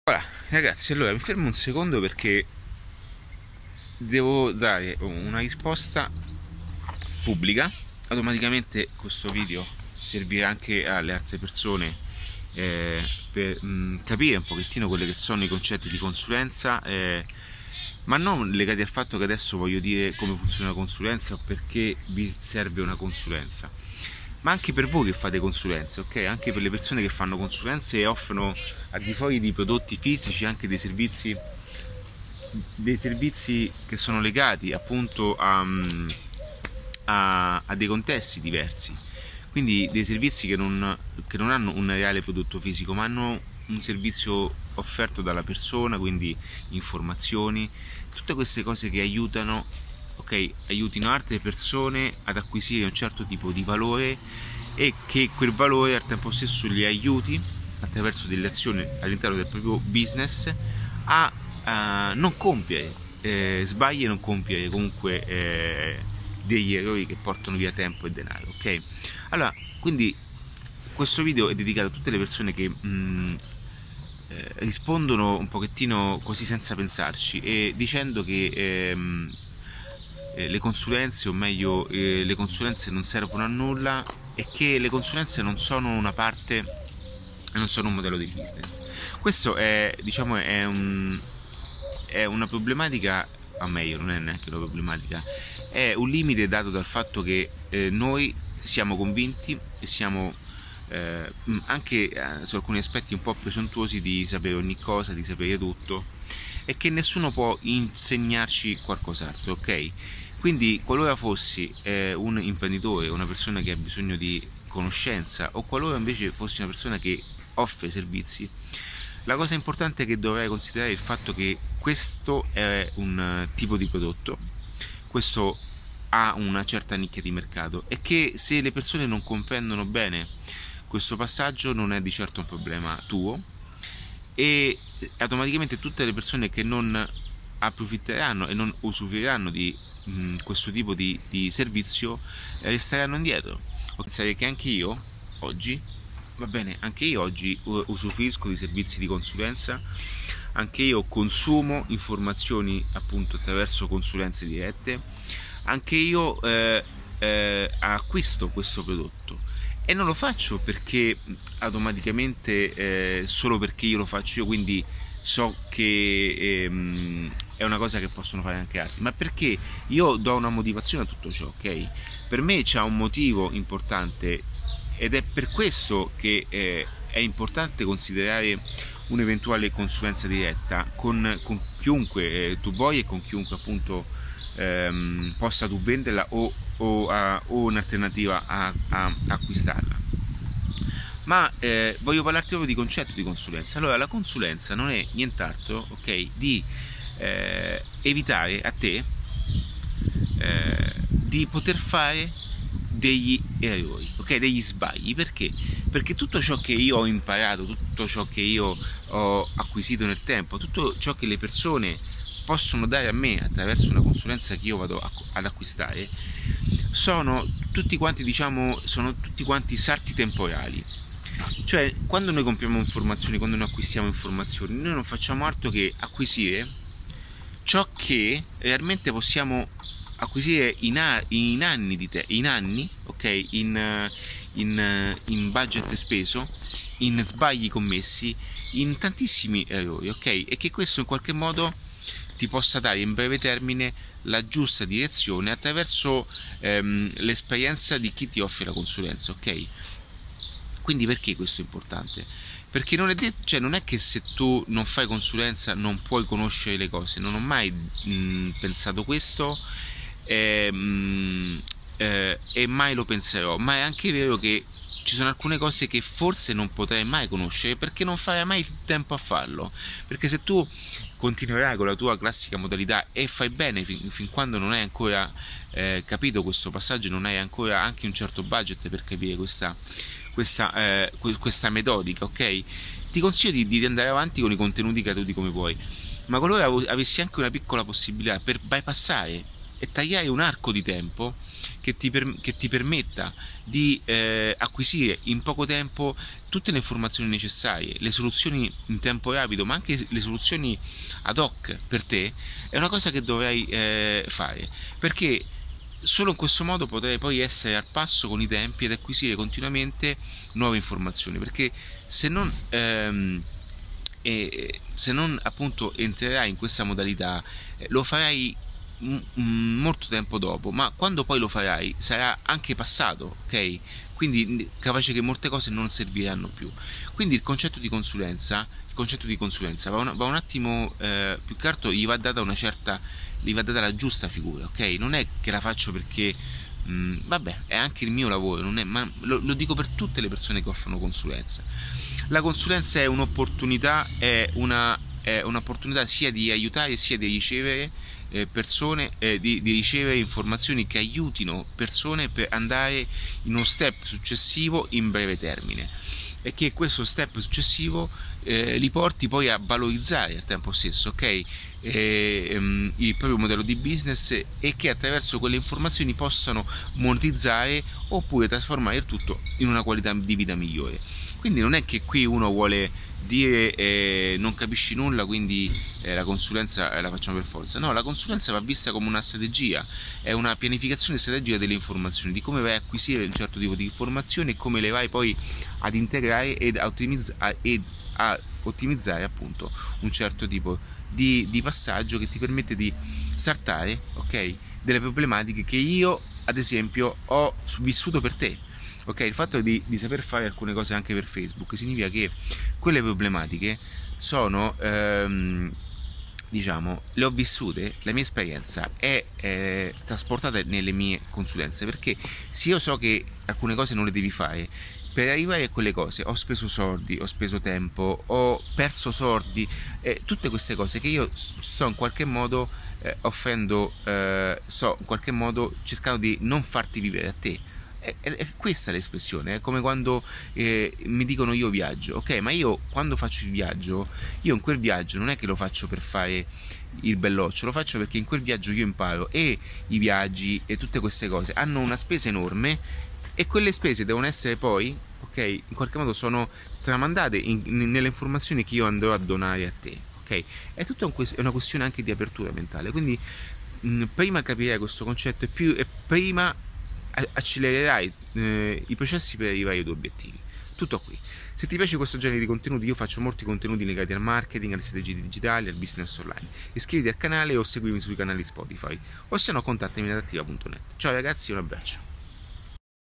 Voilà, ragazzi, allora mi fermo un secondo perché devo dare una risposta pubblica. Automaticamente questo video servirà anche alle altre persone per capire un pochettino quelli che sono i concetti di consulenza, ma non legati al fatto che adesso voglio dire come funziona la consulenza o perché vi serve una consulenza, ma anche per voi che fate consulenze, ok? Anche per le persone che fanno consulenze e offrono al di fuori di prodotti fisici anche dei servizi che sono legati appunto a dei contesti diversi, quindi dei servizi che non hanno un reale prodotto fisico ma hanno un servizio offerto dalla persona, quindi informazioni, tutte queste cose che aiutano, ok, aiutino altre persone ad acquisire un certo tipo di valore e che quel valore al tempo stesso li aiuti attraverso delle azioni all'interno del proprio business a non compiere sbagli e non compiere comunque degli errori che portano via tempo e denaro, ok? Allora, quindi questo video è dedicato a tutte le persone che rispondono un pochettino così senza pensarci e dicendo che le consulenze, o meglio le consulenze non servono a nulla e che le consulenze non sono una parte, non sono un modello di business. Questo è, diciamo, è una problematica, o meglio non è neanche una problematica, è un limite dato dal fatto che noi siamo convinti e siamo anche su alcuni aspetti un po' presuntuosi di sapere ogni cosa, di sapere tutto, e che nessuno può insegnarci qualcos'altro, ok? Quindi qualora fossi un imprenditore, una persona che ha bisogno di conoscenza, o qualora invece fossi una persona che offre servizi, la cosa importante è che dovrai considerare il fatto che questo è un tipo di prodotto, questo ha una certa nicchia di mercato, e che se le persone non comprendono bene questo passaggio non è di certo un problema tuo, e automaticamente tutte le persone che non approfitteranno e non usufruiranno di questo tipo di servizio resteranno indietro. Pensare che anche io oggi, va bene, anche io oggi usufruisco di servizi di consulenza, anche io consumo informazioni appunto attraverso consulenze dirette, anche io acquisto questo prodotto, e non lo faccio perché automaticamente solo perché io lo faccio io, quindi so che è una cosa che possono fare anche altri, ma perché io do una motivazione a tutto ciò, ok? Per me c'è un motivo importante, ed è per questo che è importante considerare un'eventuale consulenza diretta con chiunque tu vuoi e con chiunque appunto possa tu venderla o un'alternativa a acquistarla. Ma voglio parlarti proprio di concetto di consulenza. Allora, la consulenza non è nient'altro, ok, di evitare a te di poter fare degli errori, ok, degli sbagli. Perché? Perché tutto ciò che io ho imparato, tutto ciò che io ho acquisito nel tempo, tutto ciò che le persone possono dare a me attraverso una consulenza che io vado ad acquistare, sono tutti quanti, diciamo, sono tutti quanti salti temporali. Cioè, quando noi compriamo informazioni, quando noi acquistiamo informazioni, noi non facciamo altro che acquisire ciò che realmente possiamo acquisire in anni in anni, ok? In budget speso, in sbagli commessi, in tantissimi errori, ok? E che questo in qualche modo ti possa dare in breve termine la giusta direzione attraverso l'esperienza di chi ti offre la consulenza, ok? Quindi perché questo è importante? Perché non è detto, cioè non è che se tu non fai consulenza non puoi conoscere le cose. Non ho mai pensato questo e mai lo penserò, ma è anche vero che ci sono alcune cose che forse non potrai mai conoscere perché non farai mai il tempo a farlo. Perché se tu continuerai con la tua classica modalità e fai bene fin quando non hai ancora capito questo passaggio, non hai ancora anche un certo budget per capire questa metodica, ok? Ti consiglio di andare avanti con i contenuti gratuiti come puoi, ma qualora avessi anche una piccola possibilità per bypassare e tagliare un arco di tempo che ti permetta di acquisire in poco tempo tutte le informazioni necessarie, le soluzioni in tempo rapido, ma anche le soluzioni ad hoc per te, è una cosa che dovrai fare, perché solo in questo modo potrai poi essere al passo con i tempi ed acquisire continuamente nuove informazioni, perché se non appunto entrerai in questa modalità, lo farai molto tempo dopo, ma quando poi lo farai sarà anche passato, ok? Quindi capace che molte cose non serviranno più. Quindi il concetto di consulenza va un attimo più che altro gli va data la giusta figura, ok? Non è che la faccio perché vabbè, è anche il mio lavoro, non è, ma lo dico per tutte le persone che offrono consulenza. La consulenza è un'opportunità sia di aiutare sia di ricevere persone, di ricevere informazioni che aiutino persone per andare in uno step successivo in breve termine, e che questo step successivo li porti poi a valorizzare al tempo stesso, ok? Il proprio modello di business, e che attraverso quelle informazioni possano monetizzare oppure trasformare il tutto in una qualità di vita migliore. Quindi non è che qui uno vuole dire non capisci nulla, quindi la consulenza la facciamo per forza. No, la consulenza va vista come una strategia, è una pianificazione strategica delle informazioni, di come vai a acquisire un certo tipo di informazioni e come le vai poi ad integrare ed a ottimizzare appunto un certo tipo di passaggio che ti permette di startare, ok, delle problematiche che io ad esempio ho vissuto per te. Ok, il fatto di saper fare alcune cose anche per Facebook significa che quelle problematiche sono, diciamo, le ho vissute, la mia esperienza è trasportata nelle mie consulenze, perché se io so che alcune cose non le devi fare, per arrivare a quelle cose ho speso soldi, ho speso tempo, ho perso soldi, tutte queste cose che io sto in qualche modo offrendo, sto in qualche modo cercando di non farti vivere a te. È questa l'espressione, è come quando mi dicono io viaggio, ok, ma io quando faccio il viaggio, io in quel viaggio non è che lo faccio per fare il belloccio, lo faccio perché in quel viaggio io imparo, e i viaggi e tutte queste cose hanno una spesa enorme, e quelle spese devono essere poi, ok, in qualche modo sono tramandate nelle informazioni che io andrò a donare a te, ok? È tutta una questione anche di apertura mentale, quindi prima capirai questo concetto e prima accelererai i processi per arrivare ai tuoi obiettivi. Tutto qui. Se ti piace questo genere di contenuti, io faccio molti contenuti legati al marketing, alle strategie digitali, al business online. Iscriviti al canale o seguimi sui canali Spotify, o se no contattami in adattiva.net. Ciao ragazzi, un abbraccio.